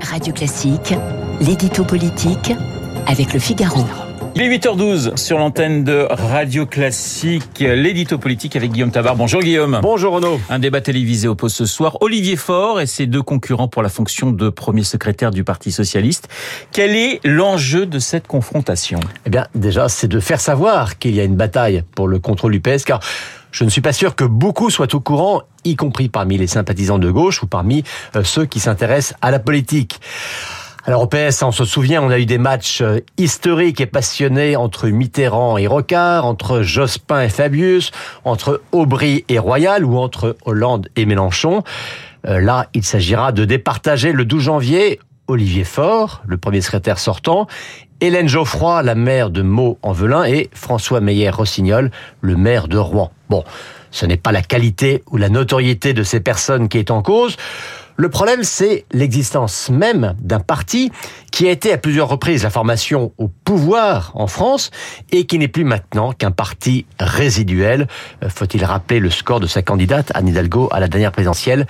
Radio Classique, l'édito politique avec Le Figaro. Il est 8h12 sur l'antenne de Radio Classique, l'édito politique avec Guillaume Tabar. Bonjour Guillaume. Bonjour Renaud. Un débat télévisé oppose ce soir Olivier Faure et ses deux concurrents pour la fonction de premier secrétaire du Parti Socialiste. Quel est l'enjeu de cette confrontation ? Eh bien, déjà, c'est de faire savoir qu'il y a une bataille pour le contrôle du PS, car je ne suis pas sûr que beaucoup soient au courant, y compris parmi les sympathisants de gauche ou parmi ceux qui s'intéressent à la politique. Alors au PS, on se souvient, on a eu des matchs historiques et passionnés entre Mitterrand et Rocard, entre Jospin et Fabius, entre Aubry et Royal ou entre Hollande et Mélenchon. Là, il s'agira de départager le 12 janvier Olivier Faure, le premier secrétaire sortant, Hélène Geoffroy, la maire de Meaux-en-Velin, et François Meyer-Rossignol, le maire de Rouen. Bon, ce n'est pas la qualité ou la notoriété de ces personnes qui est en cause. Le problème, c'est l'existence même d'un parti qui a été à plusieurs reprises la formation au pouvoir en France et qui n'est plus maintenant qu'un parti résiduel. Faut-il rappeler le score de sa candidate, Anne Hidalgo, à la dernière présidentielle,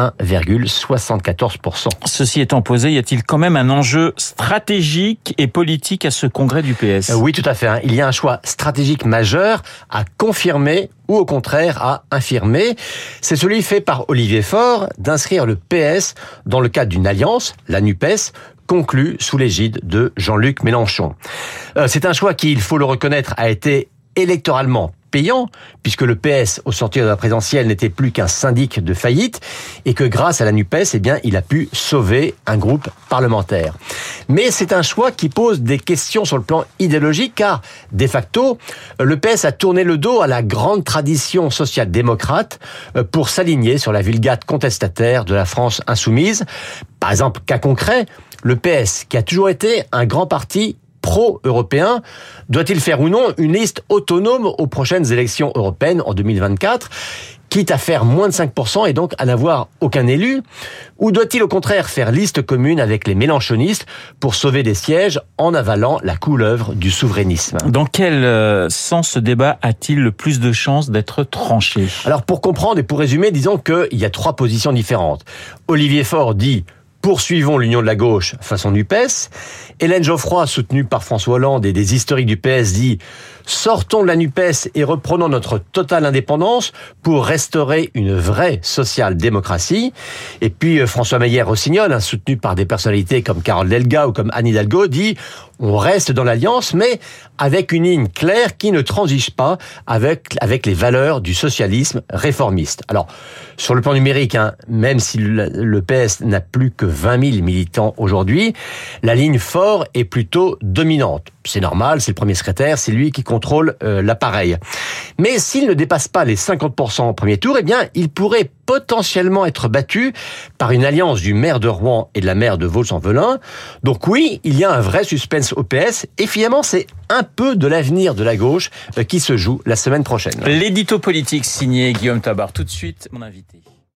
1,74%. Ceci étant posé, y a-t-il quand même un enjeu stratégique et politique à ce congrès du PS ? Oui, tout à fait. Il y a un choix stratégique majeur à confirmer ou au contraire à infirmer. C'est celui fait par Olivier Faure d'inscrire le PS dans le cadre d'une alliance, la NUPES, conclue sous l'égide de Jean-Luc Mélenchon. C'est un choix qui, il faut le reconnaître, a été électoralement payant, puisque le PS, au sortir de la présidentielle, n'était plus qu'un syndic de faillite, et que grâce à la NUPES, il a pu sauver un groupe parlementaire. Mais c'est un choix qui pose des questions sur le plan idéologique, car, de facto, le PS a tourné le dos à la grande tradition social-démocrate pour s'aligner sur la vulgate contestataire de la France insoumise. Par exemple, cas concret, le PS, qui a toujours été un grand parti pro-européen, doit-il faire ou non une liste autonome aux prochaines élections européennes en 2024, quitte à faire moins de 5% et donc à n'avoir aucun élu? Ou doit-il au contraire faire liste commune avec les mélenchonistes pour sauver des sièges en avalant la couleuvre du souverainisme? Dans quel sens ce débat a-t-il le plus de chances d'être tranché? Alors pour comprendre et pour résumer, disons qu'il y a trois positions différentes. Olivier Faure dit: poursuivons l'union de la gauche façon NUPES. Hélène Geoffroy, soutenue par François Hollande et des historiques du PS, dit: sortons de la NUPES et reprenons notre totale indépendance pour restaurer une vraie social-démocratie. Et puis François Meyer-Rossignol, soutenu par des personnalités comme Carole Delga ou comme Anne Hidalgo, dit: on reste dans l'alliance, mais avec une ligne claire qui ne transige pas avec les valeurs du socialisme réformiste. Alors, sur le plan numérique, même si le PS n'a plus que 20 000 militants aujourd'hui, la ligne Faure est plutôt dominante. C'est normal, c'est le premier secrétaire, c'est lui qui contrôle l'appareil. Mais s'il ne dépasse pas les 50% au premier tour, il pourrait potentiellement être battu par une alliance du maire de Rouen et de la maire de Vaux-en-Velin. Donc oui, il y a un vrai suspense au PS et finalement c'est un peu de l'avenir de la gauche qui se joue la semaine prochaine. L'édito politique signé Guillaume Tabar. Tout de suite, mon invité.